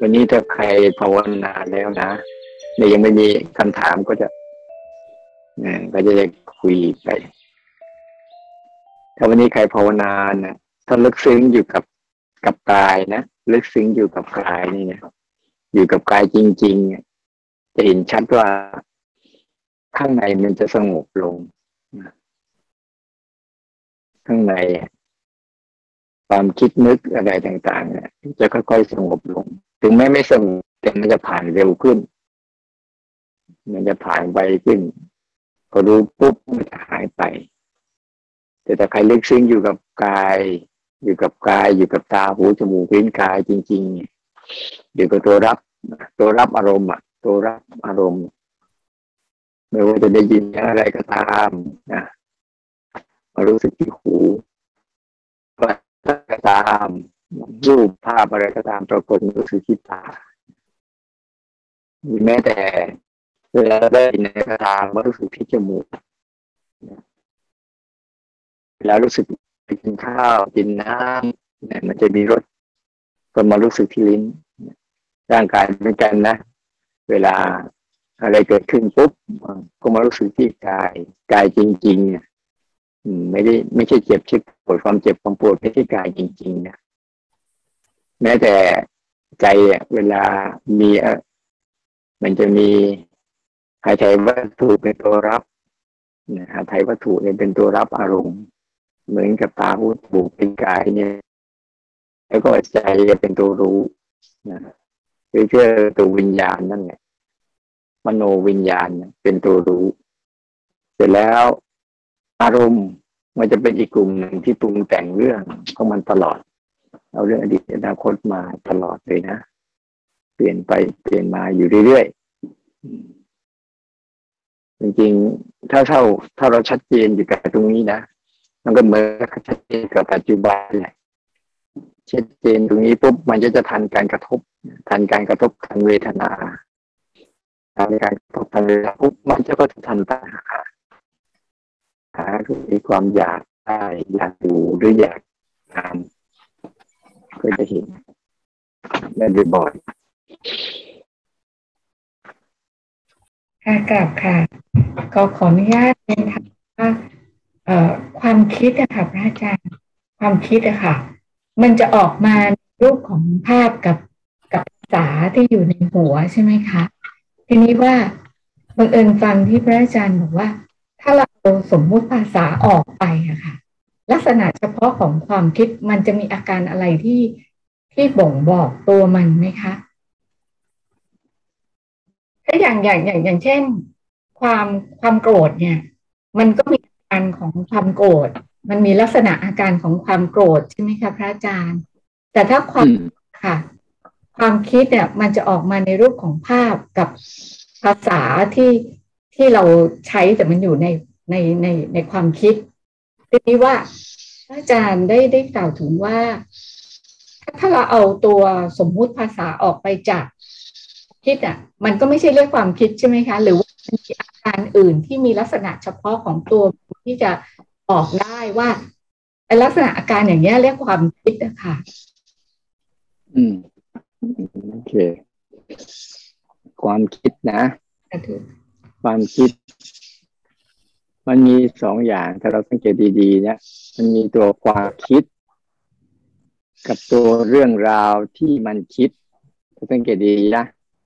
วันนี้ถ้าใครภาวนาแล้วนะเนี่ยยังไม่มีคำถามก็จะได้คุยไปถ้าวันนี้ใครภาวนานะถ้าลึกซึ้งอยู่กับกายนะลึกซึ้งอยู่กับกายนี่เนี่ยอยู่กับกายจริงๆจะเห็นชัดว่าข้างในมันจะสงบลงข้างในความคิดนึกอะไรต่างๆเนี่ยจะค่อยๆสงบลงถึงแม้ไม่สงบแต่มันจะผ่านเร็วขึ้นมันจะผ่านไวขึ้นพอรู้ปุ๊บมันจะหายไปแต่ถ้าใครลึกซึ้งอยู่กับกายอยู่กับกายอยู่กับตาหูจมูกลิ้นกายจริงๆอยู่กับตัวรับอารมณ์ตัวรับอารมณ์ไม่ว่าจะได้ยินอะไรก็ตามนะมารู้สึกที่หูก็ตามรูปภาพอะไรก็ตามปรากฏรู้สึกที่ตาแม้แต่เวลาได้ยินอะไรก็ตามมารู้สึกที่จมูกเวลารู้สึกกินข้าวกินน้ำเนี่ยมันจะมีรสก็มารู้สึกที่ลิ้นร่างกายเหมือนกันนะเวลาอะไรเกิดขึ้นปุ๊บก็มารู้สึกที่กายจริงๆไม่ใช่เจ็บที่ปวดความเจ็บความปวดไม่ใช่กายจริงๆนะแม้แต่ใจเวลามีมันจะมีหายใจวัตถุเป็นตัวรับหายใจวัตถุเนี่ยเป็นตัวรับอารมณ์เหมือนกับตาหูจมูกเป็นกายเนี่ยแล้วก็ใจเป็นตัวรู้นะคือเชื่อตัววิญญาณนั่นแหละมโนวิญญาณเป็นตัวรู้เสร็จแล้วอารมณ์มันจะเป็นอีกกลุ่มหนึ่งที่ปรุงแต่งเรื่องของมันตลอดเอาเรื่องอดีตอนาคตมาตลอดเลยนะเปลี่ยนไปเปลี่ยนมาอยู่เรื่อยๆจริงๆถ้าเราชัดเจนอยู่กับตรงนี้นะมันก็เหมือนชัดเจนกับปัจจุบันแหละชัดเจนตรงนี้ปุ๊บมันจะทันการกระทบทางเวทนาทันการกระทบทางเวทนาปุ๊บมันก็จะทันตัณหาคือมีความอยากได้อยากดูหรืออยากทำก็จะเห็นได้บ่อยค่ะกลับค่ะก็ขออนุญาตเรียนถามว่าความคิดอะค่ะพระอาจารย์ความคิดอะค่ะมันจะออกมาในรูปของภาพกับภาษาที่อยู่ในหัวใช่ไหมคะทีนี้ว่าบังเอิญฟังที่พระอาจารย์บอกว่าถ้าเราสมมุติภาษาออกไปอะค่ะลักษณะเฉพาะของความคิดมันจะมีอาการอะไรที่บ่งบอกตัวมันไหมคะถ้าอย่างเช่นความความโกรธเนี่ยมันก็มีอาการของความโกรธมันมีลักษณะอาการของความโกรธใช่ไหมคะพระอาจารย์แต่ถ้าความค่ะความคิดเนี่ยมันจะออกมาในรูปของภาพกับภาษาที่เราใช้แต่มันอยู่ในความคิดทีนี้ว่าพระอาจารย์ได้กล่าวถึงว่าถ้าเราเอาตัวสมมุติภาษาออกไปจากคิดอ่ะมันก็ไม่ใช่เรื่องความคิดใช่ไหมคะหรือว่ามันมีอาการอื่นที่มีลักษณะเฉพาะของตัวที่จะบอกได้ว่าลักษณะอาการอย่างนี้เรียกความคิดอะค่ะโอเคความคิดนะความคิดมันมีสองอย่างถ้าเราสังเกตดีๆเนี่ยมันมีตัวความคิดกับตัวเรื่องราวที่มันคิดถ้าสังเกตดีนะ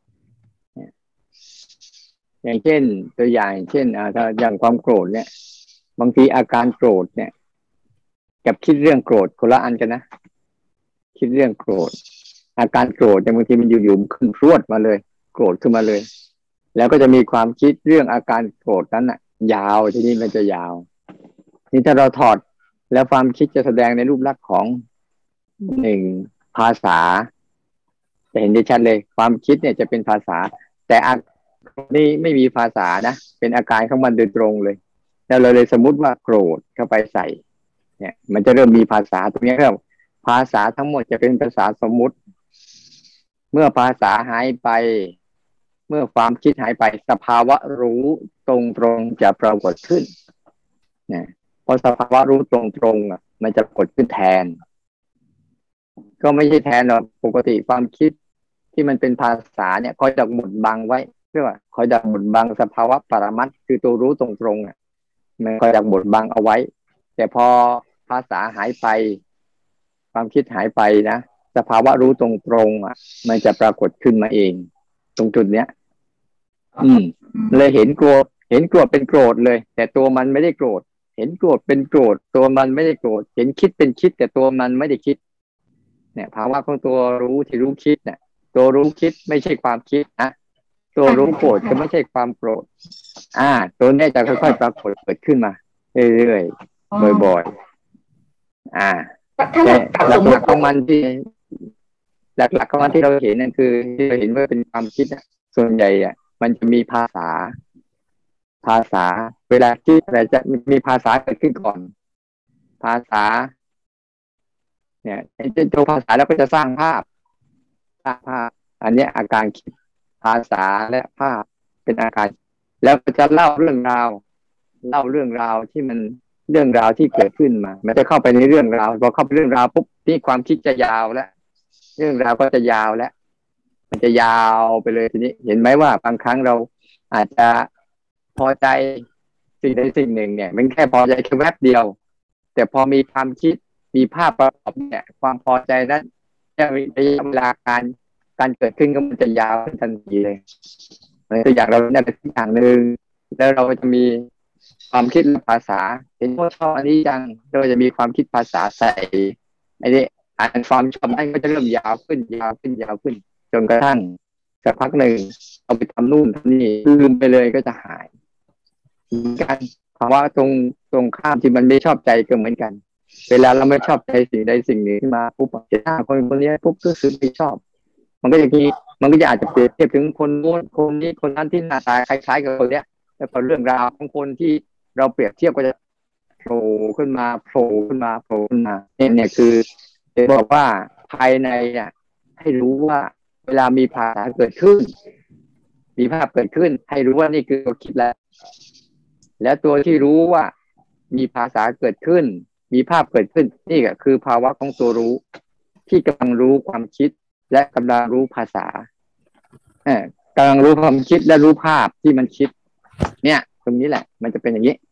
อย่างเช่นตัวอย่างเช่นถ้าอย่างความโกรธเนี่ยบางทีอาการโกรธเนี่ยกับคิดเรื่องโกรธคนละอันกันนะคิดเรื่องโกรธอาการโกรธแต่บางทีมันอยู่ๆขึ้นพรวดมาเลยโกรธขึ้นมาเลยแล้วก็จะมีความคิดเรื่องอาการโกรธนั้นน่ะยาวทีนี้มันจะยาวนี่ถ้าเราถอดแล้วความคิดจะแสดงในรูปลักษณ์ของหนึ่งภาษาจะเห็นได้ชัดเลยความคิดเนี่ยจะเป็นภาษาแต่อาการนี้ไม่มีภาษานะเป็นอาการของมันโดยตรงเลยแล้วเราเลยสมมุติว่าโกรธเข้าไปใส่เนี่ยมันจะเริ่มมีภาษาตรงนี้ครับภาษาทั้งหมดจะเป็นภาษาสมมุติเมื่อภาษาหายไปเมื่อความคิดหายไปสภาวะรู้ตรงจะปรากฏขึ้นนะพอสภาวะรู้ตรงมันจะปรากฏขึ้นแทนก็ไม่ใช่แทนหรอกปกติความคิดที่มันเป็นภาษาเนี่ยคอยดักบดบังไว้เรียกว่าคอยดักบดบังสภาวะปรมัตถ์คือตัวรู้ตรงๆอ่ะมันคอยดักบดบังเอาไว้แต่พอภาษาหายไปความคิดหายไปนะสภาวะรู้ตรงๆอ่ะมันจะปรากฏขึ้นมาเองตรงจุดเนี้ยเลยเห็นโกรธเป็นโกรธเลยแต่ตัวมันไม่ได้โกรธเห็นโกรธเป็นโกรธตัวมันไม่ได้โกรธเห็นคิดเป็นคิดแต่ตัวมันไม่ได้คิดเนี่ยภาวะของตัวรู้ที่รู้คิดเนี่ยตัวรู้คิดไม่ใช่ความคิดนะตัวรู้โกรธก็ไม่ใช่ความโกรธตัวนี้จะค่อยๆปรากฏเกิดขึ้นมาเรื่อยๆบ่อยๆแต่หลักๆของมันที่หลักๆของมันที่เราเห็นนั่นคือที่เราเห็นว่าเป็นความคิดส่วนใหญ่มันจะมีภาษาเวลาคิดอะไรจะมีภาษาเกิดขึ้นก่อนภาษาเนี่ยตัวภาษาแล้วก็จะสร้างภาพอันนี้อาการคิดภาษาและภาพเป็นอาการแล้วก็จะเล่าเรื่องราวที่มันเรื่องราวที่เกิดขึ้นมามันจะเข้าไปในเรื่องราวพอเข้าไปเรื่องราวปุ๊บนี่ความคิดจะยาวแล้วเรื่องราวก็จะยาวแล้วมันจะยาวไปเลยทีนี้เห็นไหมว่าบางครั้งเราอาจจะพอใจสิ่งใดสิ่งหนึ่งเนี่ยมันแค่พอใจแค่แวบเดียวแต่พอมีความคิดมีภาพประกอบเนี่ยความพอใจนั้นระยะเวลาการเกิดขึ้นก็มันจะยาวทันทีเลยตัวอย่างเราได้เป็นอย่างหนึ่งแล้วเราจะมีความคิดภาษาเห็นว่าชอบอันนี้จังเราจะมีความคิดภาษาใส่ไอ้นี่ความชอบนั้นก็จะเริ่มยาวขึ้นจนกระทั่งสักพักหนึ่งเอาไปทำนู่นทำนี่ลืมไปเลยก็จะหายการภาวะตรงข้ามที่มันไม่ชอบใจก็เหมือนกันเวลาเราไม่ชอบใจสิ่งใดสิ่งหนึ่งขึ้นมาปุ๊บเห็นหน้าคนนี้ปุ๊บก็คือไม่ชอบมันก็จะอาจจะเปรียบเทียบถึงคนโน้นคนนี้คนนั้นที่หน้าตาคล้ายๆกับคนเนี้ยแล้วก็เรื่องราวของคนที่เราเปรียบเทียบก็จะโผล่ขึ้นมาเนี่ยคือจะบอกว่าภายในเนี่ยให้รู้ว่าเวลามีภาษาเกิดขึ้นมีภาพเกิดขึ้นให้รู้ว่านี่คือตัวคิดแล้วตัวที่รู้ว่ามีภาษาเกิดขึ้นมีภาพเกิดขึ้นนี่ก็คือภาวะของตัวรู้ที่กำลังรู้ความคิดและกำลังรู้ภาษากำลังรู้ความคิดและรู้ภาพที่มันคิดเนี่ยตรงนี้แหละมันจะเป็นอย่างนี้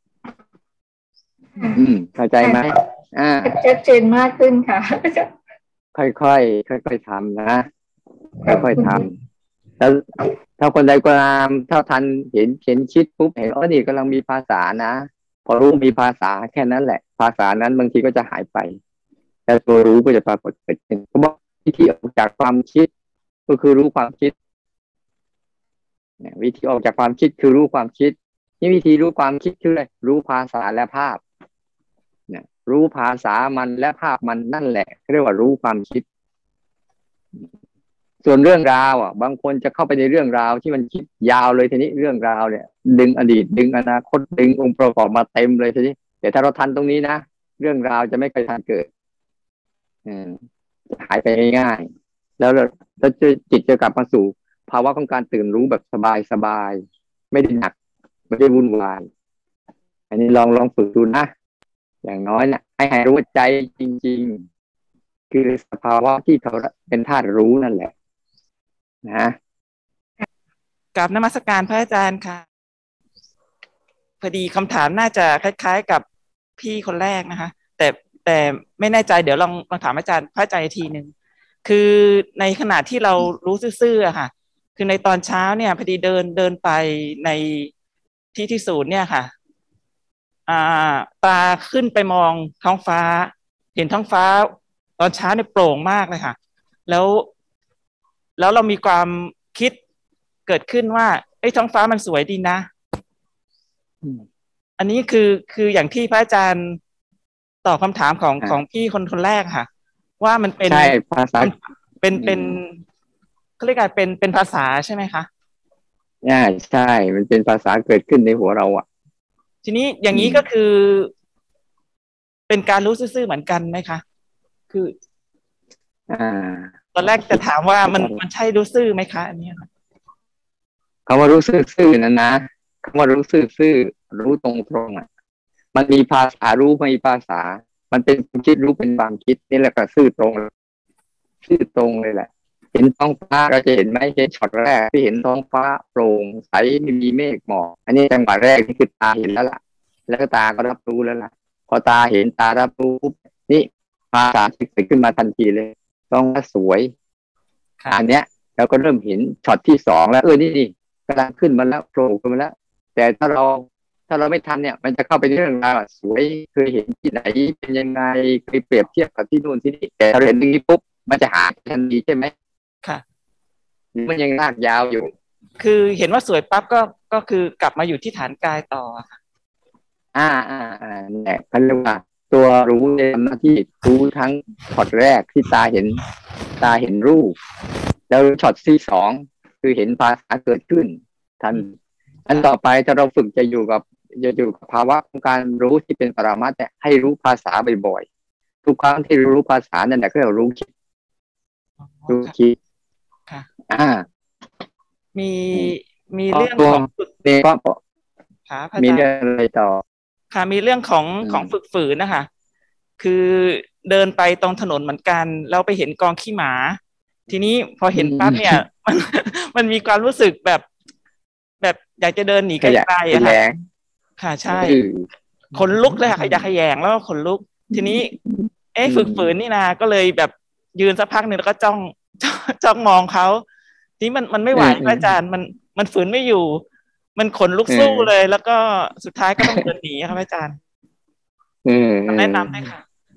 เข้าใจไหมชัดเจนมากขึ้นค่ะค่อยๆทำนะค่อยๆทำแล้วถ้าคนใดก็ตามถ้าทันเห็นคิดปุ๊บเห็นนี่กำลังมีภาษานะพอรู้มีภาษาแค่นั้นแหละภาษานั้นบางทีก็จะหายไปแต่ตัวรู้ก็จะปรากฏเกิดขึ้นเพราะว่าวิธีออกจากความคิดก็คือรู้ความคิดวิธีออกจากความคิดคือรู้ความคิดนี่วิธีรู้ความคิดคืออะไรรู้ภาษาและภาพรู้ภาษามันและภาพมันนั่นแหละเรียกว่ารู้ความคิดส่วนเรื่องราวบางคนจะเข้าไปในเรื่องราวที่มันคิดยาวเลยทีนี้เรื่องราวเนี่ยดึงอดีตดึงอนาคตดึงองค์ประกอบมาเต็มเลยทีนี้แต่ถ้าเราทันตรงนี้นะเรื่องราวจะไม่เคยทันเกิดจะหายไปง่ายๆแล้วจิตจะกลับมาสู่ภาวะของการตื่นรู้แบบสบายไม่ได้หนักไม่ได้วุ่นวายอันนี้ลองฝึกดูนะอย่างน้อยเนี่ยให้รู้ว่าใจจริงๆคือสภาวะที่เขาเป็นธาตุรู้นั่นแหละนะกราบนมัสการพระอาจารย์ค่ะพอดีคำถามน่าจะคล้ายๆกับพี่คนแรกนะคะแต่ไม่แน่ใจเดี๋ยวลองถามอาจารย์พระอาจารย์อีกทีนึงคือในขณะที่เรารู้ซื่อๆค่ะคือในตอนเช้าเนี่ยพอดีเดินไปในที่ศูนย์เนี่ยค่ะตาขึ้นไปมองท้องฟ้าเห็นท้องฟ้าตอนเช้าเนี่ยโปร่งมากเลยค่ะแล้วเรามีความคิดเกิดขึ้นว่าท้องฟ้ามันสวยดีนะอันนี้คืออย่างที่พระอาจารย์ตอบคำถามของพี่คนแรกค่ะว่ามันเป็นใช่ภาษาเป็นเขาเรียกอะไรเป็นภาษาใช่ไหมคะใช่มันเป็นภาษาเกิดขึ้นในหัวเราทีนี้อย่างนี้ก็คือเป็นการรู้ซื่อๆเหมือนกันไหมคะคือตอนแรกจะถามว่ามันใช่รู้ซื่อไหมคะอันนี้ค่ะคำว่ารู้ซื่อๆนั้นนะคำว่ารู้ซื่อรู้ตรงมันมีภาษารู้ไม่มีภาษามันเป็นความคิดรู้เป็นความคิดนี่แหละก็ซื่อตรงเลยแหละเห็นท้องฟ้าเราจะเห็นไหมเห็นช็อตแรกที่เห็นท้องฟ้าโปร่งใสไม่มีเมฆหมอกอันนี้จังหวะแรกนี่คือตาเห็นแล้วล่ะแล้วก็ตาก็รับรู้แล้วล่ะพอตาเห็นตารับรู้ปุ๊บนี่ภาษาที่เกิดขึ้นมาทันทีเลยท้องฟ้าสวยอันเนี้ยเราก็เริ่มเห็นช็อตที่สองแล้วนี่กำลังขึ้นมาแล้วโผล่ขึ้นมาแล้วแต่ถ้าเราไม่ทันเนี่ยมันจะเข้าไปในเรื่องราวสวยเคยเห็นที่ไหนเป็นยังไงเคยเปรียบเทียบกับที่นู่นที่นี่แต่เราเห็นตรงนี้ปุ๊บมันจะหาทันทีใช่ไหมค่ะมันยังลากยาวอยู่คือเห็นว่าสวยปั๊บก็คือกลับมาอยู่ที่ฐานกายต่อค่ะเนี่ยเขาเรียกว่าตัวรู้ในหน้าที่รู้ทั้งช็อตแรกที่ตาเห็นรูปแล้วช็อตที่สองคือเห็นภาษาเกิดขึ้นทันอันต่อไปถ้าเราฝึกจะอยู่กับภาวะของการรู้ที่เป็นปรามัตถ์เนี่ยให้รู้ภาษาบ่อยๆทุกครั้งที่รู้ภาษานั่นแหละก็เรารู้คิดค่ะมีเรื่องของฝึกเนี่ยก็มีเรื่องอะไรต่อค่ะมีเรื่องของฝึกฝืนนะคะคือเดินไปตรงถนนเหมือนกันเราไปเห็นกองขี้หมาทีนี้พอเห็นปั๊บเนี่ยมันมีความรู้สึกแบบอยากจะเดินหนีไกลๆอะค่ะใช่ขนลุกเลยค่ะขยะแขยงแล้วก็ขนลุกทีนี้ฝึกฝืนนี่นาก็เลยแบบยืนสักพักหนึ่งแล้วก็จ้องมองเขาทีนี้มันไม่ไหวอาจารย์มันฝืนไม่อยู่มันขนลุกสู้เลยแล้วก็สุดท้ายก็ต้องเดินหนีครับอาจารย์แนะนำได้ค่ะ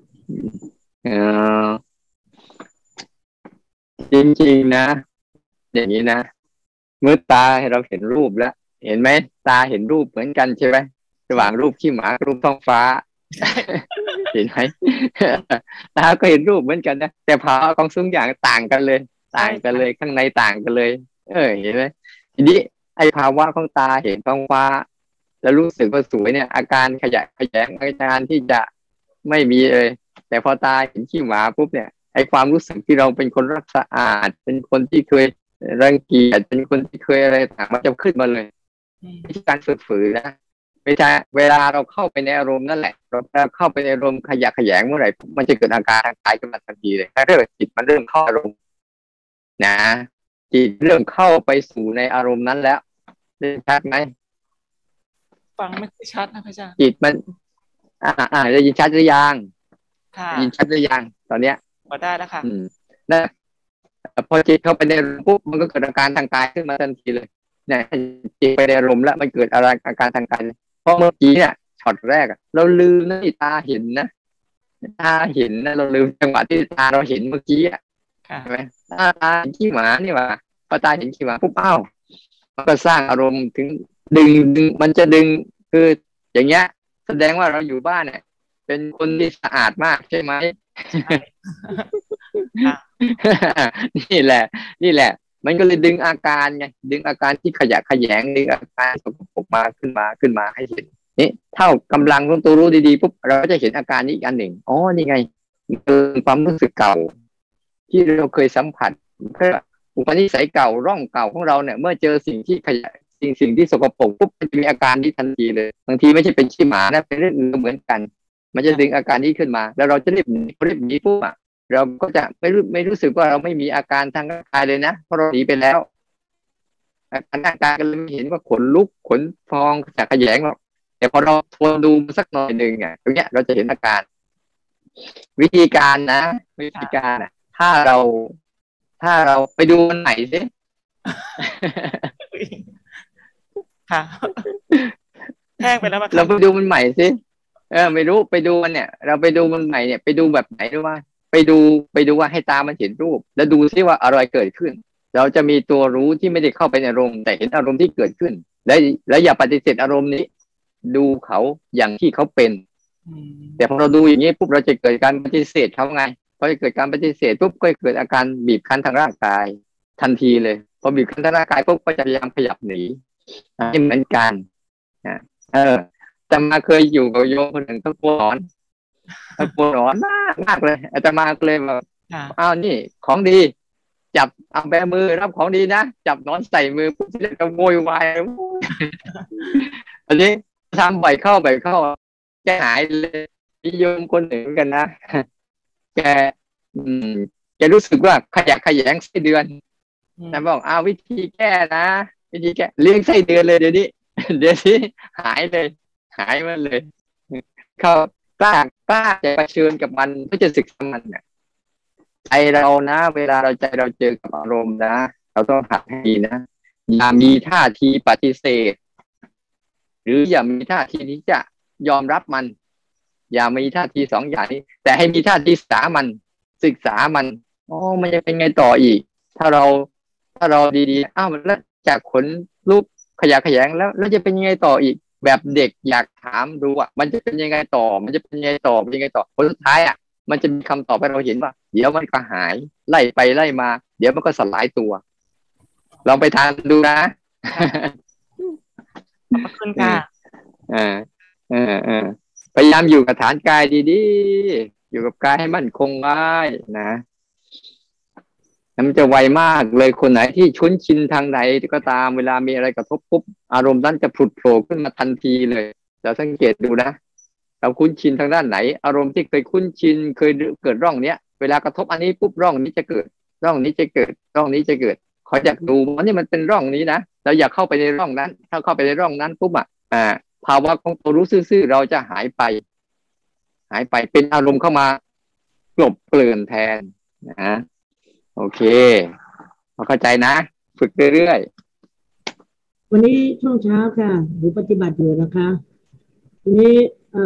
จริงๆนะอย่างนี้นะเมื่อตาเราเห็นรูปแล้วเห็นไหมตาเห็นรูปเหมือนกันใช่ไหมระหว่างรูปขี้หมากับรูปท้องฟ้าเห็นไหมตาก็เห็นรูปเหมือนกันนะแต่ภาวะของทุกอย่างต่างกันเลยข้างในต่างกันเลยเห็นไหมทีนี้ไอ้ภาวะของตาเห็นท้องฟ้าแล้วรู้สึกว่าสวยเนี่ยอาการขยะแขยงอาการที่จะไม่มีเลยแต่พอตาเห็นขี้หมาปุ๊บเนี่ยไอ้ความรู้สึกที่เราเป็นคนรักสะอาดเป็นคนที่เคยรังเกียจเป็นคนที่เคยอะไรต่างมันจะขึ้นมาเลยไม่ใช่การฝึกฝืนนะไม่ใช่เวลาเราเข้าไปในอารมณ์นั่นแหละเราเข้าไปในอารมณ์ขยะแขยงเมื่อไหร่มันจะเกิดอาการทางกายขึ้นมาทันทีเลยถ้าเรื่องจิตมันเริ่มเข้าอารมณ์นะจิตเริ่มเข้าไปสู่ในอารมณ์นั้นแล้วได้ชัดไหมฟังไม่ค่อยชัดนะพระอาจารย์จิตมันได้ยินชัดหรือยังยินชัดหรือยังตอนเนี้ยพอได้แล้วค่ะนะพอจิตเข้าไปในปุ๊บมันก็เกิดอาการทางกายขึ้นมาทันทีเลยเนี่ยจิตไปในอารมณ์แล้วมันเกิดอาการทางกายเพราะเมื่อกี้เนี่ยช็อตแรกเราลืมนะตาเห็นนะเราลืมจังหวะที่ตาเราเห็นเมื่อกี้ใช่ไหมตาเห็นขี้หมานี่ว่าพอตาเห็นขี้หมาปุ๊บมันก็สร้างอารมณ์ถึงดึงมันจะดึงคืออย่างเงี้ยแสดงว่าเราอยู่บ้านเนี่ยเป็นคนที่สะอาดมากใช่ไหมนี่แหละมันก็เลยดึงอาการไงดึงอาการที่ขยะแขยงดึงอาการสกปรกมาขึ้นมาให้เห็นนี่เท่ากำลังของตัวรู้ดีๆปุ๊บเราก็จะเห็นอาการนี้อีกอันหนึ่งนี่ไงเป็นความรู้สึกเก่าที่เราเคยสัมผัสเพื่ออุปนิสัยเก่าร่องเก่าของเราเนี่ยเมื่อเจอสิ่งที่ขยะสิ่งที่สกปรกปุ๊บมันจะมีอาการนี้ทันทีเลยบางทีไม่ใช่เป็นขี้หมานะเป็นเรื่องอื่นเหมือนกันมันจะดึงอาการนี้ขึ้นมาแล้วเราจะรีบหนีปุ๊บเราก็จะไม่รู้สึกว่าเราไม่มีอาการทางร่างกายเลยนะเพราะเราหนีไปแล้วอาการทางกายก็เลยไม่เห็นว่าขนลุกขนพองจากขยงหรอกแต่พอเราทวนดูสักหน่อยหนึ่งตรงเนี้ยเราจะเห็นอาการวิธีการถ้าเราไปดูมันใหม่สิค่ะแห้งไปแล้วเราไปดูมันใหม่สิไม่รู้ไปดูมันเนี่ยเราไปดูมันใหม่เนี่ยไปดูแบบไหนรู้ว่าไปดูว่าให้ตามันเห็นรูปแล้วดูซิว่าอะไรเกิดขึ้นเราจะมีตัวรู้ที่ไม่ได้เข้าไปในอารมณ์แต่เห็นอารมณ์ที่เกิดขึ้นแล้วอย่าปฏิเสธอารมณ์นี้ดูเขาอย่างที่เขาเป็นแต่พอเราดูอย่างนี้ปุ๊บเราจะเกิดการปฏิเสธเขาไงพอจะเกิดการปฏิเสธปุ๊บก็เกิดอาการบีบคั้นทางร่างกายทันทีเลยพอบีบคั้นทางร่างกายปุ๊บก็จะพยายามขยับหนีนี่เหมือนกันแต่มาเคยอยู่กับโยมคนหนึ่งก็ปวดร้อนมากเลยอาตมาก็เลยแบบนี่ของดีจับเอาแบมือรับของดีนะจับนอนใส่มือปุ๊บจะกระโวยวายอันนี้ทำบ่อยเข้าแกหายเลยนิยมคนหนึ่งกันนะแกจะรู้สึกว่าขยะแขยงไส้เดือนนะบอกวิธีแก้นะวิธีแก้เลี้ยงไส้เดือนเลยเดี๋ยวนี้หายเลยหายมันเลยเขากล้จะเผชิญกับมันเพื่อจะศึกษามันเนี่ยใจเรานะเวลาเราใจเราเจอกับอารมณ์นะเราต้องหัดให้ดีนะอย่ามีท่าทีปฏิเสธหรืออย่ามีท่าทีที่จะยอมรับมันอย่ามีท่าทีสองอย่างนี้แต่ให้มีท่าทีศึกษามันมันจะเป็นไงต่ออีกถ้าเราดีๆมันแล้วจากขนลุกขยะแขยงแล้วจะเป็นยังไงต่ออีกแบบเด็กอยากถามดูมันจะเป็นยังไงต่อผลสุดท้ายมันจะมีคำตอบให้เราเห็นว่าเดี๋ยวมันก็หายไล่ไปไล่มาเดี๋ยวมันก็สลายตัวลองไปทานดูนะขอบคุณค่ะพยายามอยู่กับฐานกายดีๆอยู่กับกายให้มั่นคงไว้นะมันจะไวมากเลยคนไหนที่คุ้นชินทางไหนก็ตามเวลามีอะไรกระทบปุ๊บอารมณ์นั้นจะผุดโผล่ขึ้นมาทันทีเลยเราสังเกตดูนะเราคุ้นชินทางด้านไหนอารมณ์ที่เคยคุ้นชินเคยเกิดร่องเนี้ยเวลากระทบอันนี้ปุ๊บร่องนี้จะเกิดร่องนี้จะเกิดขออยากดูมันเป็นร่องนี้นะเราอยากเข้าไปในร่องนั้นถ้าเข้าไปในร่องนั้นปุ๊บภาวะของตัวรู้ซื่อๆเราจะหายไปเป็นอารมณ์เข้ามากลบเกลื่อนแทนนะโอเคเข้าใจนะฝึกเรื่อยๆวันนี้ช่วงเช้าค่ะหนูปฏิบัติอยู่นะคะทีนี้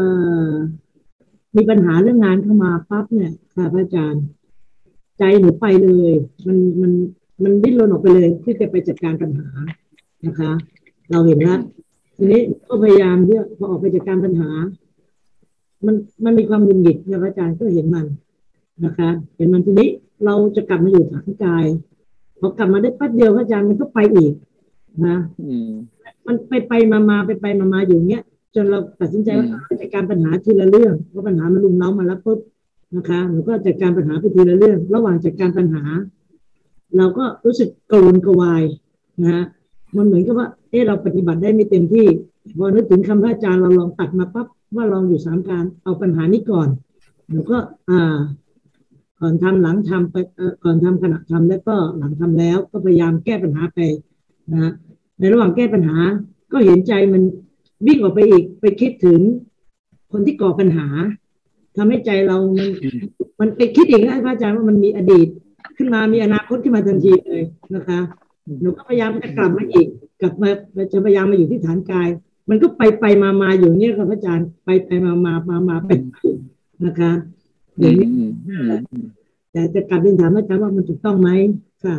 มีปัญหาเรื่องงานเข้ามาปั๊บเนี่ยค่ะพระอาจารย์ใจหนูไปเลยมันดิ้นรนออกไปเลยที่จะไปจัดการปัญหานะคะเราเห็นแล้วทีนี้ก็พยายามเพื่อพอออกไปจัดการปัญหามันมีความหงุดหงิดนะพระอาจารย์ก็เห็นมันนะคะเห็นมันทีนี้เราจะกลับมาอยู่ฐานกายพอกลับมาได้แป๊บเดียวพระอาจารย์มันก็ไปอีกนะมันไปมาอยู่เนี้ยจนเราตัดสินใจว่าจัดการปัญหาทีละเรื่องเพราะปัญหามันลุมเล้ามาแล้วปุ๊บนะคะหนูก็จัดการปัญหาไปทีละเรื่องระหว่างจัดการปัญหาเราก็รู้สึกกระวนกระวายนะมันเหมือนกับว่าเราปฏิบัติได้ไม่เต็มที่พอนึกถึงคำพระอาจารย์เราลองตัดมาปั๊บว่าลองอยู่3 การเอาปัญหานี้ก่อนหนูก็ก่อนทำหลังทำไปก่อนทำขณะทำแล้วก็หลังทำแล้วก็พยายามแก้ปัญหาไปนะในระหว่างแก้ปัญหาก็เห็นใจมันวิ่งออกไปอีกไปคิดถึงคนที่ก่อปัญหาทำให้ใจเรามันไปคิดอีกนะพระอาจารย์ว่ามันมีอดีตขึ้นมามีอนาคตขึ้นมาทันทีเลยนะคะหนูก็พยายามจะกลับมาอีกกลับมาจะพยายามมาอยู่ที่ฐานกายมันก็ไปมาอยู่เนี่ยครับพระอาจารย์ไปมาไปนะคะอย่างนี้แต่จะกลับเรียนถามอาจารย์ว่ามันถูกต้องไหมค่ะ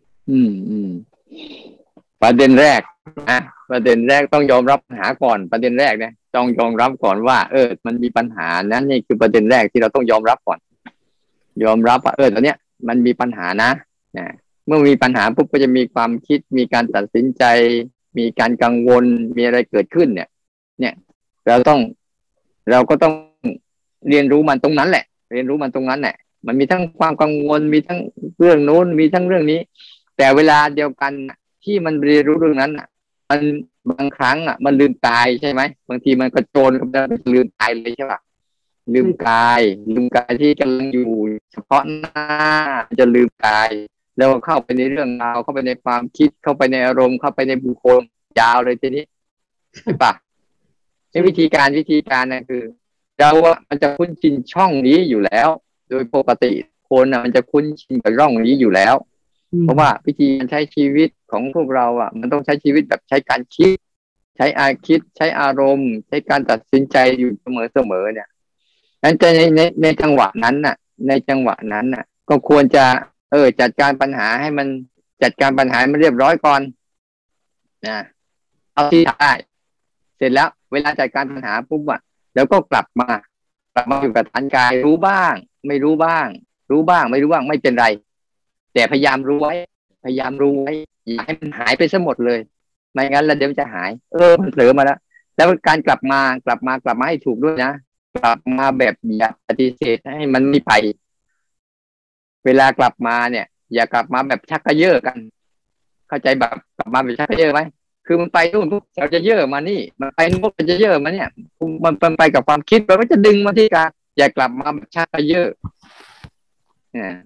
ประเด็นแรกต้องยอมรับปัญหาก่อนประเด็นแรกเนี่ยต้องยอมรับก่อนว่ามันมีปัญหานั้นนี่คือประเด็นแรกที่เราต้องยอมรับก่อนยอมรับว่าตอนเนี้ยมันมีปัญหานะเมื่อมีปัญหาปุ๊บก็จะมีความคิดมีการตัดสินใจมีการกังวลมีอะไรเกิดขึ้นเนี่ยเราก็ต้องเรียนรู้มันตรงนั้นแหละมันมีทั้งความกังวลมีทั้งเรื่องโน้นมีทั้งเรื่องนี้แต่เวลาเดียวกันที่มันเรียนรู้เรื่องนั้นมันบางครั้งมันลืมกายใช่ไหมบางทีมันกระโจนกับลืมกายเลยใช่ป่ะลืมกายที่กำลังอยู่เฉพาะหน้าจะลืมกายแล้วเข้าไปในเรื่องราวเข้าไปในความคิดเข้าไปในอารมณ์เข้าไปในบุคคลยาวเลยทีนี้ใช่ป่ะวิธีการนะคือเรามันจะคุ้นชินช่องนี้อยู่แล้วโดยปกติคนมันจะคุ้นชินกับร่องนี้อยู่แล้วเพราะว่าวิธีการใช้ชีวิตของพวกเรามันต้องใช้ชีวิตแบบใช้การคิดใช้ใช้อารมณ์ใช้การตัดสินใจอยู่เสมอเนี่ยนั้นจะในจังหวะนั้นก็ควรจะจัดการปัญหาให้มันเรียบร้อยก่อนนะเอาที่ได้เสร็จแล้วเวลาจัดการปัญหาปุ๊บแล้วก็กลับมาอยู่กับฐานกายรู้บ้างไม่รู้บ้างไม่เป็นไรแต่พยายามรู้ไว้อย่าให้มันหายไปซะหมดเลยไม่งั้นแล้วเดี๋ยวมันจะหายมันเผลอมาแล้วการกลับมาให้ถูกด้วยนะกลับมาแบบอย่าปฏิเสธให้มันไม่ไปเวลากลับมาเนี่ยอย่ากลับมาแบบชักกระเยาะกันเข้าใจแบบกลับมาแบบชักกระเยาะไหมคือมันไปนู่นเราจะเยอะมานี่มันไปนู่นมันจะเยอะมาเนี่ยมันไปกับความคิดเราก็จะดึงมาที่การอย่ากลับมาแบบชักกระเยาะ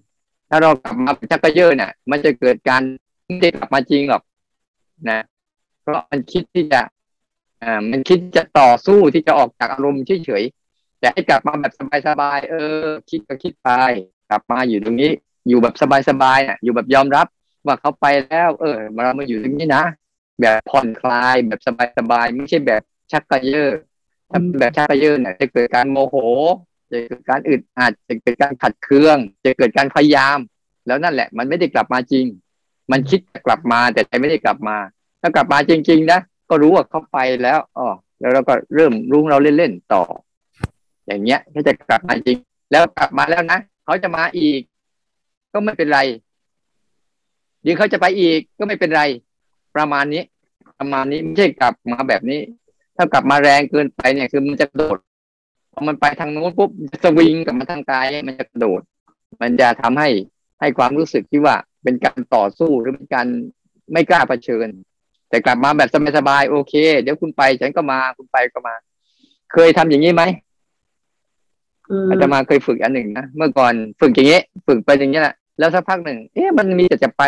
ถ้าเรากลับมาชักกระเยอะเนี่ยมันจะเกิดการไม่ได้กลับมาจริงหรอกนะเพราะมันคิดที่จะมันคิดจะต่อสู้ที่จะออกจากอารมณ์เฉยๆแต่ให้กลับมาแบบสบายๆคิดก็คิดไปกลับมาอยู่ตรงนี้อยู่แบบสบายๆอยู่แบบยอมรับว่าเขาไปแล้วเรามาอยู่ตรงนี้นะแบบผ่อนคลายแบบสบายๆไม่ใช่แบบชักกระเยอะถ้าแบบชักกระเยอะเนี่ยจะเกิดการโมโหจะเกิดการอึดอัดจะเกิดการขัดเคืองจะเกิดการพยายามแล้วนั่นแหละมันไม่ได้กลับมาจริงมันคิดจะกลับมาแต่ใจไม่ได้กลับมาถ้ากลับมาจริงๆนะก็รู้ว่าเขาไปแล้วแล้วเราก็เริ่มรู้เราเล่นๆต่ออย่างเงี้ยถ้าจะกลับมาจริงแล้วกลับมาแล้วนะเขาจะมาอีกก็ไม่เป็นไรหรือเขาจะไปอีกก็ไม่เป็นไรประมาณนี้ไม่ใช่กลับมาแบบนี้ถ้ากลับมาแรงเกินไปเนี่ยคือมันจะกระโดดพอมันไปทางโน้นปุ๊บสวิงกลับมาทางกายมันจะกระโดดมันจะทำให้ความรู้สึกที่ว่าเป็นการต่อสู้หรือเป็นการไม่กล้าเผชิญแต่กลับมาแบบสบายๆโอเคเดี๋ยวคุณไปฉันก็มาคุณไปก็มาเคยทำอย่างนี้ไหมอาตมาเคยฝึกอันหนึ่งนะเมื่อก่อนฝึกอย่างนี้ฝึกไปอย่างนี้แหละแล้วสักพักหนึ่งมันมีแต่จะไป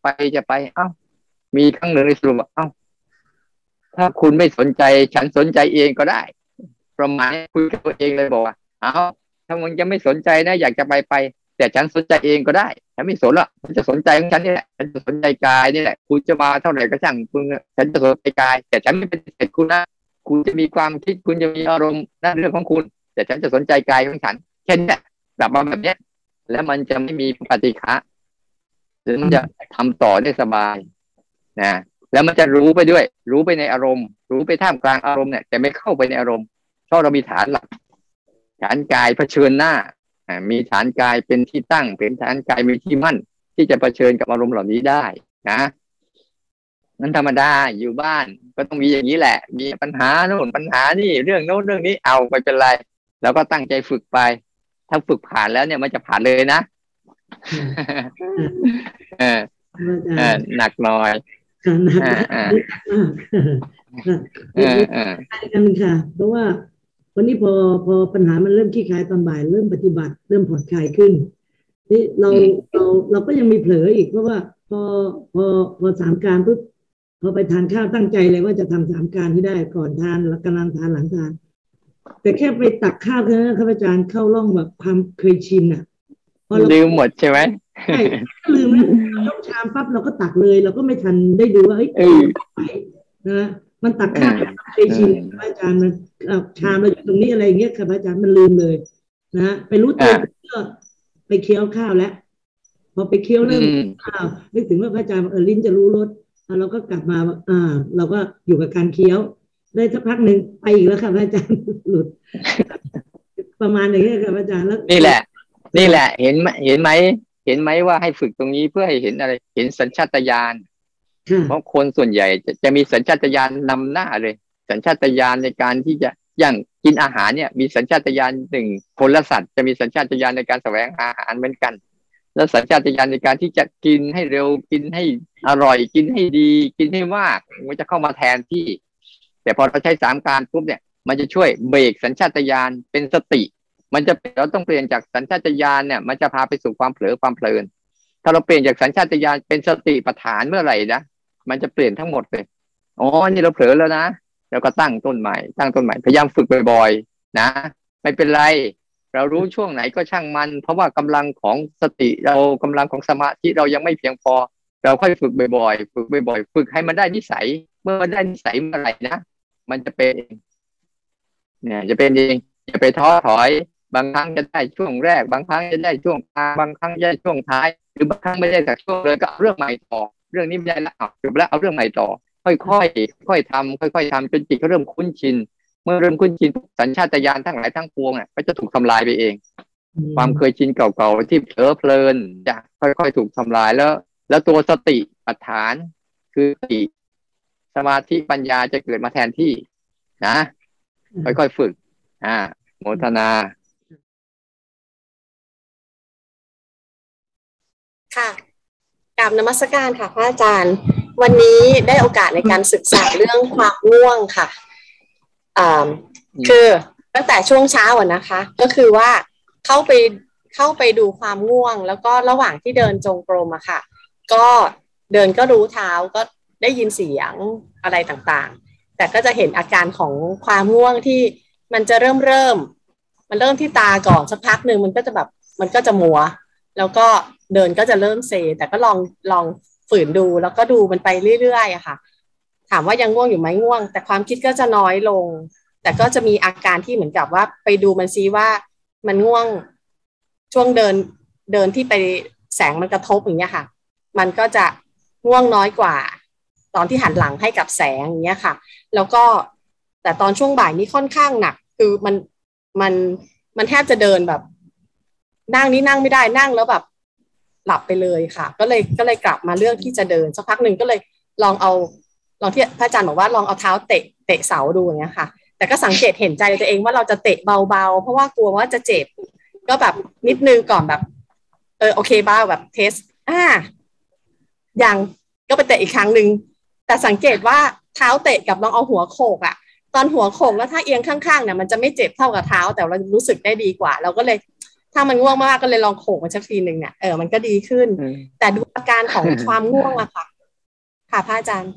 มีครั้งหนึ่งในสรุปถ้าคุณไม่สนใจฉันสนใจเองก็ได้ประมาณคุยกับตัวเองเลยบอกว่าถ้ามึงจะไม่สนใจนะอยากจะไปแต่ฉันสนใจเองก็ได้ฉันไม่สนหรอกฉันจะสนใจของฉันนี่แหละฉันจะสนใจกายนี่แหละคุณจะมาเท่าไหร่ก็ช่างคุณฉันจะสนใจกายแต่ฉันไม่เป็นเสร็จคุณนะคุณจะมีความคิดคุณจะมีอารมณ์นั่นเรื่องของคุณแต่ฉันจะสนใจกายของฉันแค่นี้กลับมาแบบนี้แล้วมันจะไม่มีปฏิฆะหรือมันจะทำต่อได้สบายนะแล้วมันจะรู้ไปด้วยรู้ไปในอารมณ์รู้ไปท่ามกลางอารมณ์เนี่ยแต่ไม่เข้าไปในอารมณ์เพราะเรามีฐานหลักฐานกายเผชิญหน้ามีฐานกายเป็นที่ตั้งเป็นฐานกายมีที่มั่นที่จะเผชิญกับอารมณ์เหล่านี้ได้นะนั้นธรรมดาอยู่บ้านก็ต้องมีอย่างนี้แหละมีปัญหาโน่นปัญหานี่เรื่องโน้นเรื่องนี้เอาไปเป็นไรแล้วก็ตั้งใจฝึกไปถ้าฝึกผ่านแล้วเนี่ยมันจะผ่านเลยนะหนักหน่อยกันค่ะเพราะว่าวันนี้พอปัญหามันเริ่มคลี่คลายตอนบ่ายเริ่มปฏิบัติเริ่มผ่อนคลายขึ้นนี่เราก็ยังมีเผลออีกเพราะว่าพอ3 การปุ๊บพอไปทานข้าวตั้งใจเลยว่าจะทำ3 การที่ได้ก่อนทานแล้วกำลังทานหลังทานแต่แค่ไปตักข้าวแค่นั้นครับอาจารย์เข้าร่องแบบความเคยชินลืมหมดใช่ไหมใช่ลืมนะยกชามปั๊บเราก็ตักเลยเราก็ไม่ทันได้ดูว่าไหวนะมันตักข้าวเคยชินอาจารย์มันชามเราอยู่ตรงนี้อะไรอย่างเงี้ยครับอาจารย์มันลืมเลยนะไปรู้ตัวก็ไปเคี้ยวข้าวแล้วพอไปเคี้ยวเริ่มข้าวนึกถึงว่าพระอาจารย์ลิ้นจะรู้รสเราก็กลับมาเราก็อยู่กับการเคี้ยวได้สักพักหนึ่งไปอีกแล้วค่ะพระอาจารย์หลุดประมาณอย่างนี้ค่ะพระอาจารย์แล้วนี่แหละเห็นไหมว่าให้ฝึกตรงนี้เพื่อให้เห็นอะไรเห็นสัญชาตญาณเพราะคนส่วนใหญ่จะมีสัญชาตญาณนำหน้าเลยสัญชาตญาณในการที่จะอย่างกินอาหารเนี่ยมีสัญชาตญาณหนึ่งคนละสัตว์จะมีสัญชาตญาณในการแสวงหาอาหารเหมือนกันแล้วสัญชาตญาณในการที่จะกินให้เร็วกินให้อร่อยกินให้ดีกินให้มากมันจะเข้ามาแทนที่แต่พอเราใช้3 การปุ๊บเนี่ยมันจะช่วยเบรกสัญชาตญาณเป็นสติมันจะเราต้องเปลี่ยนจากสัญชาตญาณเนี่ยมันจะพาไปสู่ความเผลอความเพลินถ้าเราเปลี่ยนจากสัญชาตญาณเป็นสติปัฏฐานเมื่อไหร่นะมันจะเปลี่ยนทั้งหมดเลยนี่เราเผลอแล้วนะแล้วก็ตั้งต้นใหม่พยายามฝึกบ่อยๆนะไม่เป็นไรเรารู้ช่วงไหนก็ช่างมันเพราะว่ากำลังของสติเรากำลังของสมาธิเรายังไม่เพียงพอเราค่อยฝึกบ่อยๆฝึกให้มันได้นิสัยเมื่อมันได้นิสัยเมื่อไหร่นะมันจะเป็นเองเนี่ยจะเป็นเองอย่าไปท้อถอยบางครั้งจะได้ช่วงแรกบางครั้งจะได้ช่วงกลางบางครั้งจะได้ช่วงท้ายหรือบางครั้งไม่ได้จากช่วงเลยก็เอาเรื่องใหม่ต่อเรื่องนี้ไม่ได้แล้วจบแล้วเอาเรื่องใหม่ต่อค่อยๆทำจนจิตเขาเริ่มคุ้นชินเมื่อเริ่มคุ้นชินสัญชาตญาณทั้งหลายทั้งปวงก็จะถูกทำลายไปเองความเคยชินเก่าๆที่เผลอเพลินจะค่อยๆถูกทำลายแล้วตัวสติปัฏฐานคือสติสมาธิปัญญาจะเกิดมาแทนที่นะค่อยๆฝึกโมทนาค่ะกราบนมัสการค่ะพระอาจารย์วันนี้ได้โอกาสในการศึกษาเรื่องความง่วงค่ะคือตั้งแต่ช่วงเช้านะคะก็คือว่าเข้าไปเข้าไปดูความง่วงแล้วก็ระหว่างที่เดินจงกรมอะค่ะก็เดินก็รู้เท้าก็ได้ยินเสียงอะไรต่างๆแต่ก็จะเห็นอาการของความง่วงที่มันจะเริ่มมันเริ่มที่ตาก่อนสักพักหนึ่งมันก็จะแบบมันก็จะมัวแล้วก็เดินก็จะเริ่มเซแต่ก็ลองฝืนดูแล้วก็ดูมันไปเรื่อยๆอะค่ะถามว่ายังง่วงอยู่ไหมง่วงแต่ความคิดก็จะน้อยลงแต่ก็จะมีอาการที่เหมือนกับว่าไปดูมันซิว่ามันง่วงช่วงเดินที่ไปแสงมันกระทบอย่างเงี้ยค่ะมันก็จะง่วงน้อยกว่าตอนที่หันหลังให้กับแสงอย่างเงี้ยค่ะแล้วก็แต่ตอนช่วงบ่ายนี้ค่อนข้างหนักคือมันแทบจะเดินแบบนั่งนี่นั่งไม่ได้นั่งแล้วแบบหลับไปเลยค่ะก็เลยกลับมาเรื่องที่จะเดินสักพักหนึ่งก็เลยลองที่พระอาจารย์บอกว่าลองเอาเท้าเตะเสาดูอย่างเงี้ยค่ะแต่ก็สังเกตเห็นใจตัวเองว่าเราจะเตะเบาๆเพราะว่ากลัวว่าจะเจ็บก็แบบนิดนึงก่อนแบบโอเคบ้าแบบเทสยังก็ไปเตะอีกครั้งหนึ่งแต่สังเกตว่าเท้าเตะกับลองเอาหัวโขกอ่ะตอนหัวโขกแล้วถ้าเอียงข้างๆเนี่ยมันจะไม่เจ็บเท่ากับเท้าแต่เรารู้สึกได้ดีกว่าเราก็เลยถ้ามันง่วงมากก็เลยลองโขกมันสักทีหนึ่งเนี่ยมันก็ดีขึ้นแต่ดูอาการของความง่วงอะค่ะค่ะพระอาจารย์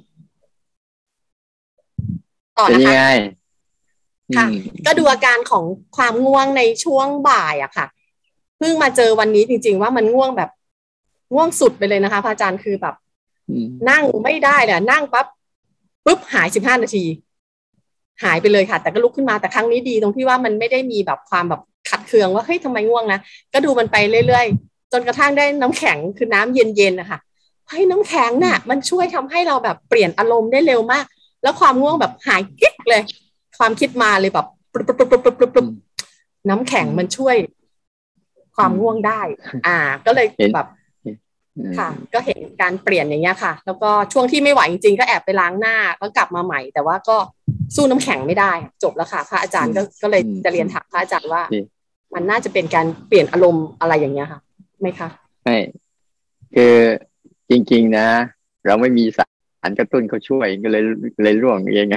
ต่อนะคะค่ะก็ดูอาการของความง่วงในช่วงบ่ายอะค่ะเพิ่งมาเจอวันนี้จริงๆว่ามันง่วงแบบง่วงสุดไปเลยนะคะพระอาจารย์คือแบบนั่งไม่ได้เลยนั่งปุ๊บหาย15 นาทีหายไปเลยค่ะแต่ก็ลุกขึ้นมาแต่ครั้งนี้ดีตรงที่ว่ามันไม่ได้มีแบบความแบบขัดเคืองว่าเฮ้ยทำไมง่วงนะก็ดูมันไปเรื่อยๆจนกระทั่งได้น้ำแข็งคือน้ำเย็นๆนะคะเฮ้ยน้ำแข็งน่ะมันช่วยทำให้เราแบบเปลี่ยนอารมณ์ได้เร็วมากแล้วความง่วงแบบหายกิ๊กเลยความคิดมาเลยแบบปุ๊บน้ำแข็งมันช่วยความง่วงได้ก็เลยแบบค่ะก็เห็นการเปลี่ยนอย่างเงี้ยค่ะแล้วก็ช่วงที่ไม่ไหวจริงๆก็แอบไปล้างหน้าแล้วกลับมาใหม่แต่ว่าก็สู้น้ำแข็งไม่ได้จบแล้วค่ะพระอาจารย์ก็เลยจะเรียนถามพระอาจารย์ว่ามันน่าจะเป็นการเปลี่ยนอารมณ์อะไรอย่างเงี้ยค่ะไหมคะไม่คือจริงๆนะเราไม่มีสารกระตุ้นเขาช่วยก็เลยร่วงเองไง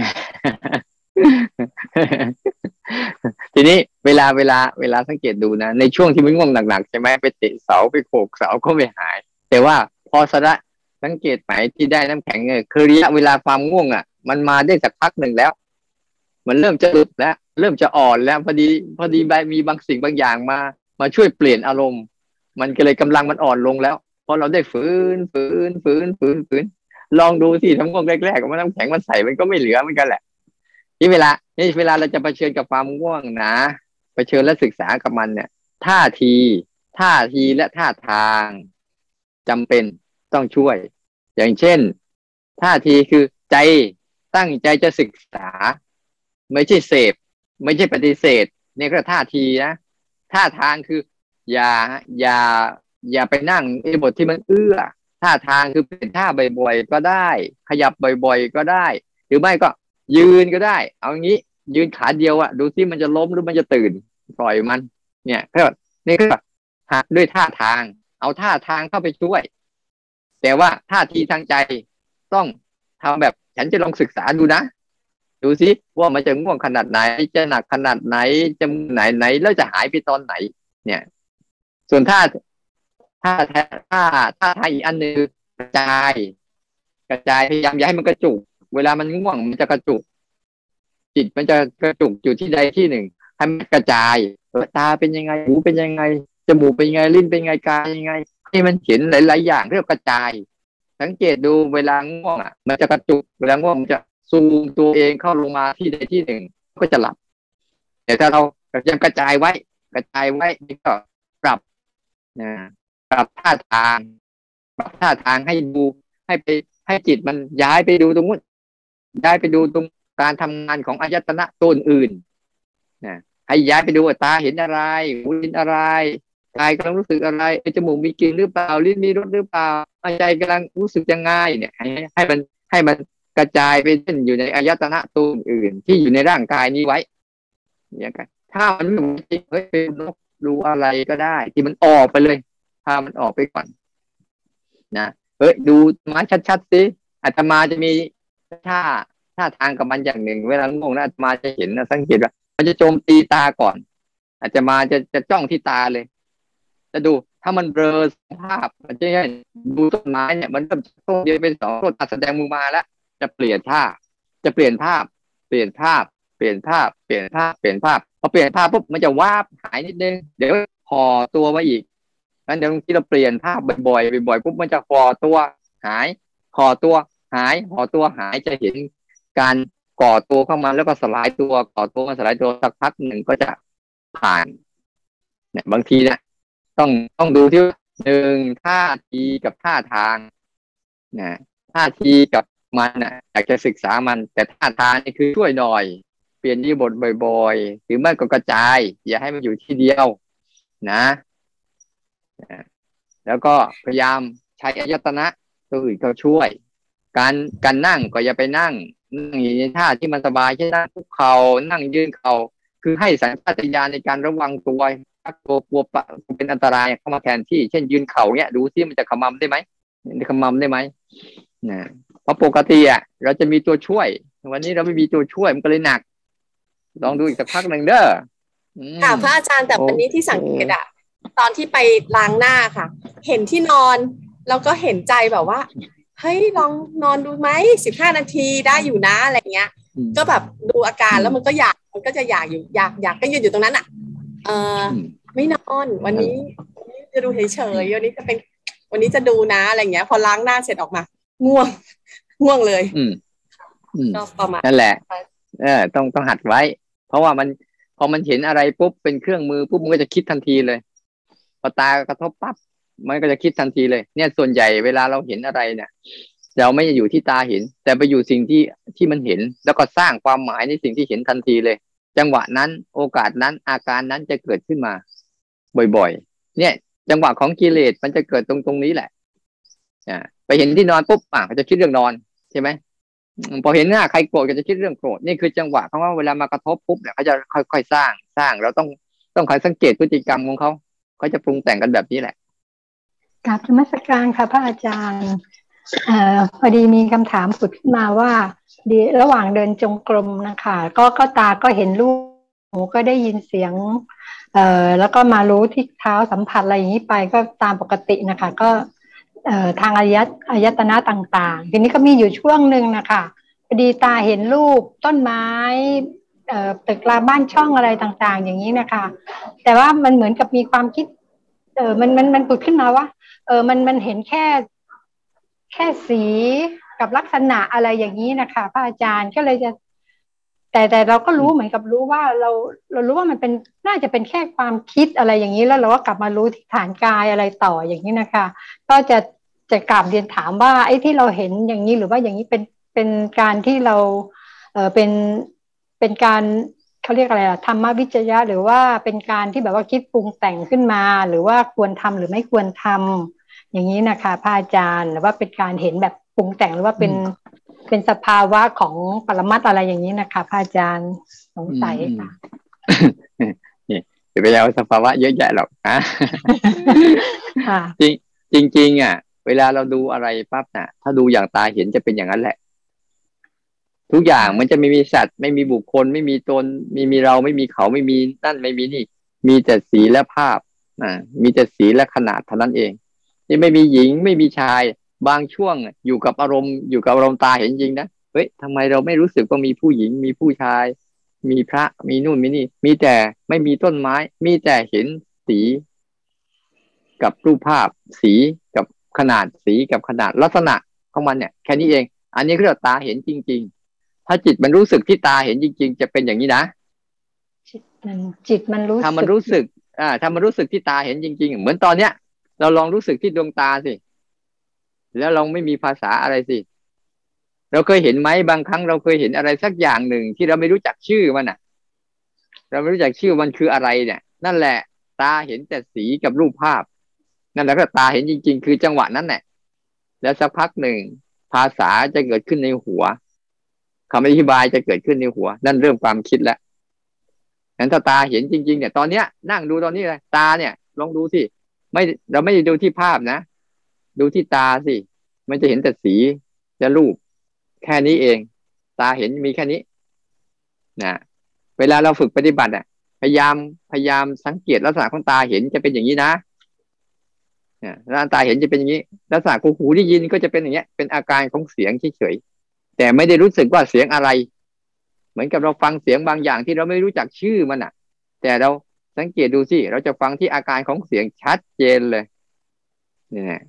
ทีนี้เวลาสังเกตดูนะในช่วงที่มันง่วงหนักๆใช่ไหมไปเตะเสาไปโขกเสาก็ไม่หายแต่ว่าพอสังเกตไหมที่ได้น้ำแข็งคือระยะเวลาความง่วงมันมาได้สักพักหนึ่งแล้วมันเริ่มจะหลุดแล้วเริ่มจะอ่อนแล้วพอดีมีบางสิ่งบางอย่างมาช่วยเปลี่ยนอารมณ์มันก็เลยกำลังมันอ่อนลงแล้วพอเราได้ฝืนลองดูสิทำง่วงแรกๆมันน้ำแข็งมันใส่มันก็ไม่เหลือเหมือนกันแหละนี่เวลาเราจะเผชิญกับความง่วงนะเผชิญและศึกษากับมันเนี่ยท่าทีและท่าทางจำเป็นต้องช่วยอย่างเช่นท่าทีคือใจตั้งใจจะศึกษาไม่ใช่เสพไม่ใช่ปฏิเสธนี่ก็ท่าทีนะท่าทางคืออย่าไปนั่งในบทที่มันท่าทางคือเป็นท่าบ่อยๆก็ได้ขยับบ่อยๆก็ได้หรือไม่ก็ยืนก็ได้เอางี้ยืนขาเดียวดูซิมันจะล้มหรือมันจะตื่นปล่อยมันเนี่ยนี่ก็หัดด้วยท่าทางเอาท่าทางเข้าไปช่วยแต่ว่าท่าทีทางใจต้องทำแบบฉันจะลองศึกษาดูนะดูซิว่ามันจะง่วงขนาดไหนจะหนักขนาดไหนจะไหนแล้วจะหายไปตอนไหนเนี่ยส่วนท่าอีกอันนึงกระจายพยายามอย่าให้มันกระจุกเวลามันง่วงมันจะกระจุกจิตมันจะกระจุกอยู่ที่ใดที่หนึ่งให้มันกระจายตาเป็นยังไงหูเป็นยังไงจมูกเป็นยังไงลิ้นเป็นยังไงกายยังไงให้มันเห็นหลายๆอย่างเรียกกระจายสังเกตดูเวลาง่วงมันจะกระจุกเวลาง่วงมันจะซูมตัวเองเข้าลงมาที่ใดที่หนึ่งก็จะหลับแต่ถ้าเรายังกระจายไว้นี่ก็ปรับท่าทางให้ดูให้จิตมันย้ายไปดูตรงนู้นย้ายไปดูตรงการทำงานของอายตนะตัวอื่นนะให้ย้ายไปดูว่าตาเห็นอะไรหูเห็นอะไรกายกำลังรู้สึกอะไรจมูกมีกลิ่นหรือเปล่าลิ้นมีรสหรือเปล่าใจกำลังรู้สึกยังไงเนี่ยให้มันกระจายไปเล่นอยู่ในอายตนะตัวอื่นที่อยู่ในร่างกายนี้ไว้อย่างกันถ้ามันไม่จริงเป็นนกดูอะไรก็ได้ที่มันออกไปเลยพามันออกไปก่อนนะดูมาชัดๆสิอาตมาจะมีท่าทางกับมันอย่างหนึ่งเวลาง่วงนะอาตมาจะเห็นนะสังเกตว่ามันจะโจมตีตาก่อนอาตมาจะจ้องที่ตาเลยจะดูถ้ามันเบลอภาพมันจะให้ดูต้นไม้เนี่ยมันเริ่มต้นเดียวเป็นสองต้นแสดงมือมาแล้วจะเปลี่ยนท่าจะเปลี่ยนภาพเปลี่ยนภาพเปลี่ยนภาพเปลี่ยนภาพเปลี่ยนภาพพอเปลี่ยนภาพปุ๊บมันจะวาบหายนิดนึงเดี๋ยวห่อตัวมาอีกงั้นเดี๋ยวที่เราเปลี่ยนภาพบ่อยๆบ่อยๆปุ๊บมันจะห่อตัวหายห่อตัวหายห่อตัวหายจะเห็นการก่อตัวเข้ามาแล้วก็สลายตัวก่อตัวมาสลายตัวสักพักหนึ่งก็จะผ่านเนี่ยบางทีเนี่ยต้องดูที่หนึ่งท่าทีกับท่าทางนะท่าทีกับมันนะอยากจะศึกษามันแต่ท่าทางนี่คือช่วยหน่อยเปลี่ยนอิริยาบถบ่อยๆหรือไม่ก็กระจายอย่าให้มันอยู่ที่เดียวนะแล้วก็พยายามใช้อายตนะตัวอื่นก็ช่วยการนั่งก็อย่าไปนั่งในท่าที่มันสบายเช่นนั่งคุกเข่านั่งยืนเข่าคือให้สัญชาตญาณในการระวังตัวกลัวเป็นอันตรายเข้ามาแทนที่เช่นยืนเข่าเนี้ยดูซิมันจะขมำได้ไหมขมำได้ไหมนะเพราะปกติเราจะมีตัวช่วยวันนี้เราไม่มีตัวช่วยมันก็เลยหนักลองดูอีกสักพักหนึ่งเด้อค่ะพระอาจารย์แต่วันนี้ที่สังเกตตอนที่ไปล้างหน้าค่ะเห็นที่นอนแล้วก็เห็นใจแบบว่าเฮ้ยลองนอนดูไหม15 นาทีได้อยู่นะอะไรเงี้ยก็แบบดูอาการแล้วมันก็จะอยากอยู่อยากก็ยืนอยู่ตรงนั้นไม่นอนวันนี้จะดูเฉยๆวันนี้จะดูนะอะไรเงี้ยพอล้างหน้าเสร็จออกมาง่วงเลยก็ประมาณนั่นแหละต้องหัดไว้เพราะว่าพอมันเห็นอะไรปุ๊บเป็นเครื่องมือปุ๊บมันก็จะคิดทันทีเลยพอตากระทบปั๊บมันก็จะคิดทันทีเลยเนี่ยส่วนใหญ่เวลาเราเห็นอะไรเนี่ยเราไม่อยู่ที่ตาเห็นแต่ไปอยู่สิ่งที่มันเห็นแล้วก็สร้างความหมายในสิ่งที่เห็นทันทีเลยจังหวะนั้นโอกาสนั้นอาการนั้นจะเกิดขึ้นมาบ่อยๆเนี่ยจังหวะของกิเลสมันจะเกิดตรงนี้แหละไปเห็นที่นอนปุ๊บก็จะคิดเรื่องนอนใช่ไหมพอเห็นหน้าใครโกรธก็จะคิดเรื่องโกรธนี่คือจังหวะเขาว่าเวลามากระทบปุ๊บเนี่ยเขาจะค่อยๆสร้างเราต้องคอยสังเกตพฤติกรรมของเขาจะปรุงแต่งกันแบบนี้แหละกราบนมัสการค่ะพระอาจารย์พอดีมีคำถามผุดขึ้นมาว่าระหว่างเดินจงกรมนะคะก็ตาก็เห็นรูปหูก็ได้ยินเสียงแล้วก็มารู้ที่เท้าสัมผัสอะไรอย่างนี้ไปก็ตามปกตินะคะก็ทางอายตนะต่างๆทีนี้ก็มีอยู่ช่วงหนึ่งนะคะพอดีตาเห็นรูปต้นไม้ตึกราบ้านช่องอะไรต่างๆอย่างนี้นะคะแต่ว่ามันเหมือนกับมีความคิดมันผุดขึ้นมาว่ามันเห็นแค่สีกับลักษณะอะไรอย่างนี้นะคะพระอาจารย์ก็เลยจะแต่เราก็รู้เหมือนกับรู้ว่าเรารู้ว่ามันเป็นน่าจะเป็นแค่ความคิดอะไรอย่างนี้แล้วเราก็กลับมารู้ที่ฐานกายอะไรต่ออย่างนี้นะคะก็จะกลับเรียนถามว่าไอ้ที่เราเห็นอย่างนี้หรือว่าอย่างนี้เป็นการที่เราเป็นการเขาเรียกอะไรธรรมวิจยะหรือว่าเป็นการที่แบบว่าคิดปรุงแต่งขึ้นมาหรือว่าควรทำหรือไม่ควรทำอย่างนี้นะคะพระอาจารย์หรือว่าเป็นการเห็นแบบปรุงแต่งหรือว่าเป็นสภาวะของปรมัตถ์อะไรอย่างนี้นะคะพระอาจารย์สงสัยค่ะจะไปเอาสภาวะเยอะแยะหรอกนะจริงเวลาเราดูอะไรปั๊บถ้าดูอย่างตาเห็นจะเป็นอย่างนั้นแหละทุกอย่างมันจะไม่มีสัตว์ไม่มีบุคคลไม่มีตนมีเราไม่มีเขาไม่มีนั่นไม่มีนี่มีแต่สีและภาพมีแต่สีและขนาดเท่านั้นเองที่ไม่มีหญิงไม่มีชายบางช่วงอยู่กับอารมณ์ตาเห็นจริงนะเฮ้ยทำไมเราไม่รู้สึกว่ามีผู้หญิงมีผู้ชายมีพระมีนู่นมีนี่มีแต่ไม่มีต้นไม้มีแต่เห็นสีกับรูปภาพสีกับขนาดสีกับขนาดลักษณะของมันเนี่ยแค่นี้เองอันนี้คือตาเห็นจริงๆถ้าจิตมันรู้สึกที่ตาเห็นจริงๆจะเป็นอย่างนี้นะจิตมันรู้ถ้ามันรู้สึกถ้ามันรู้สึกที่ตาเห็นจริงๆเหมือนตอนเนี้ยเราลองรู้สึกที่ดวงตาสิแล้วเราไม่มีภาษาอะไรสิเราเคยเห็นไหมบางครั้งเราเคยเห็นอะไรสักอย่างหนึ่งที่เราไม่รู้จักชื่อมันเราไม่รู้จักชื่อมันคืออะไรเนี่ยนั่นแหละตาเห็นแต่สีกับรูปภาพนั่นแหละก็ตาเห็นจริงๆคือจังหวะนั้นแหละแล้วสักพักหนึ่งภาษาจะเกิดขึ้นในหัวคำอธิบายจะเกิดขึ้นในหัวนั่นเริ่มความคิดแล้วงั้นถ้าตาเห็นจริงๆเนี่ยตอนเนี้ยนั่งดูตอนนี้เลยตาเนี่ยลองดูสิเราไม่ได้ดูที่ภาพนะดูที่ตาสิมันจะเห็นแต่สีและรูปแค่นี้เองตาเห็นมีแค่นี้นะเวลาเราฝึกปฏิบัติพยายามสังเกตลักษณะของตาเห็นจะเป็นอย่างนี้นะร่างตาเห็นจะเป็นอย่างนี้ลักษณะหูได้ยินก็จะเป็นอย่างเงี้ยเป็นอาการของเสียงเฉยๆแต่ไม่ได้รู้สึกว่าเสียงอะไรเหมือนกับเราฟังเสียงบางอย่างที่เราไม่รู้จักชื่อมันอ่ะแต่เราสังเกตดูสิเราจะฟังที่อาการของเสียงชัดเจนเลยเนี่ย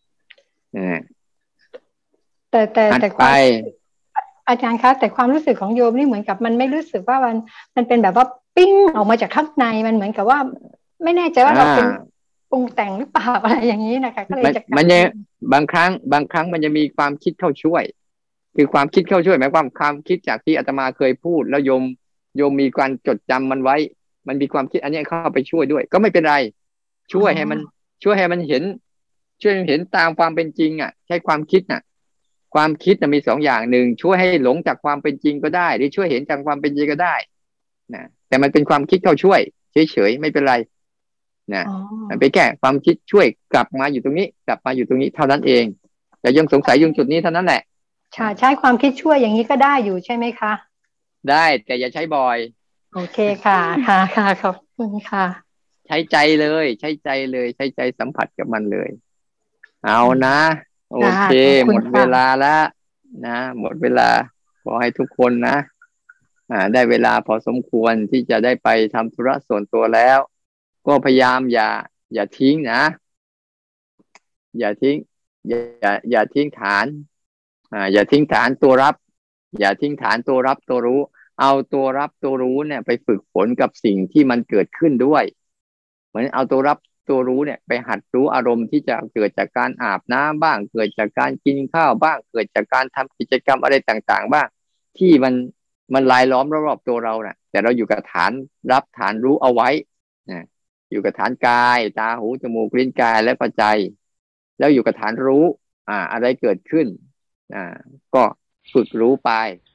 แต่ความอาจารย์คะแต่ความรู้สึกของโยมนี่เหมือนกับมันไม่รู้สึกว่ามันเป็นแบบว่าปิ้งออกมาจากข้างในมันเหมือนกับว่าไม่แน่ใจว่าเราเป็นปรุงแต่งหรือเปล่าอะไรอย่างนี้นะคะก็เลยจะมันจะบางครั้งมันจะมีความคิดเข้าช่วยคือความคิดเข้าช่วยหมายความคิดจากที่อาตมาเคยพูดแล้วโยมมีการจดจำมันไว้มันมีความคิดอันนี้เข้าไปช่วยด้วยก็ไม่เป็นไรช่วยให้มันเห็นช่วยเห็นตามความเป็นจริงอ่ะใช้ความคิดน่ะความคิดมีสองอย่างหนึ่งช่วยให้หลงจากความเป็นจริงก็ได้หรือช่วยเห็นจากความเป็นจริงก็ได้นะแต่มันเป็นความคิดเข้าช่วยเฉยๆไม่เป็นไรนะมันเป็นแค่ความคิดช่วยกลับมาอยู่ตรงนี้กลับมาอยู่ตรงนี้เท่านั้นเองแต่ยังสงสัยอยู่จุดนี้เท่านั้นแหละใช้ความคิดช่วยอย่างนี้ก็ได้อยู่ใช่ไหมคะได้แต่อย่าใช้บ่อยโอเคค่ะขอบคุณค่ะใช้ใจเลยใช้ใจสัมผัสกับมันเลยเอานะโอเคหมดเวลาแล้วนะหมดเวลาขอให้ทุกคนนะได้เวลาพอสมควรที่จะได้ไปทำธุระส่วนตัวแล้วก็พยายามอย่าทิ้งนะอย่าทิ้งอย่าทิ้งฐานอย่าทิ้งฐานตัวรับอย่าทิ้งฐานตัวรับตัวรู้เอาตัวรับตัวรู้เนี่ยไปฝึกฝนกับสิ่งที่มันเกิดขึ้นด้วยเหมือนเอาตัวรับตัวรู้เนี่ยไปหัดรู้อารมณ์ที่จะเกิดจากการอาบน้ำบ้างเกิดจากการกินข้าวบ้างเกิดจากการทำกิจกรรมอะไรต่างๆบ้างที่มันรายล้อมรอบๆตัวเราเนี่ยแต่เราอยู่กับฐานรับฐานรู้เอาไว้นะอยู่กับฐานกายตาหูจมูกลิ้นกายและปัจจัยแล้วอยู่กับฐานรู้อะไรเกิดขึ้นก็ฝึกรู้ไป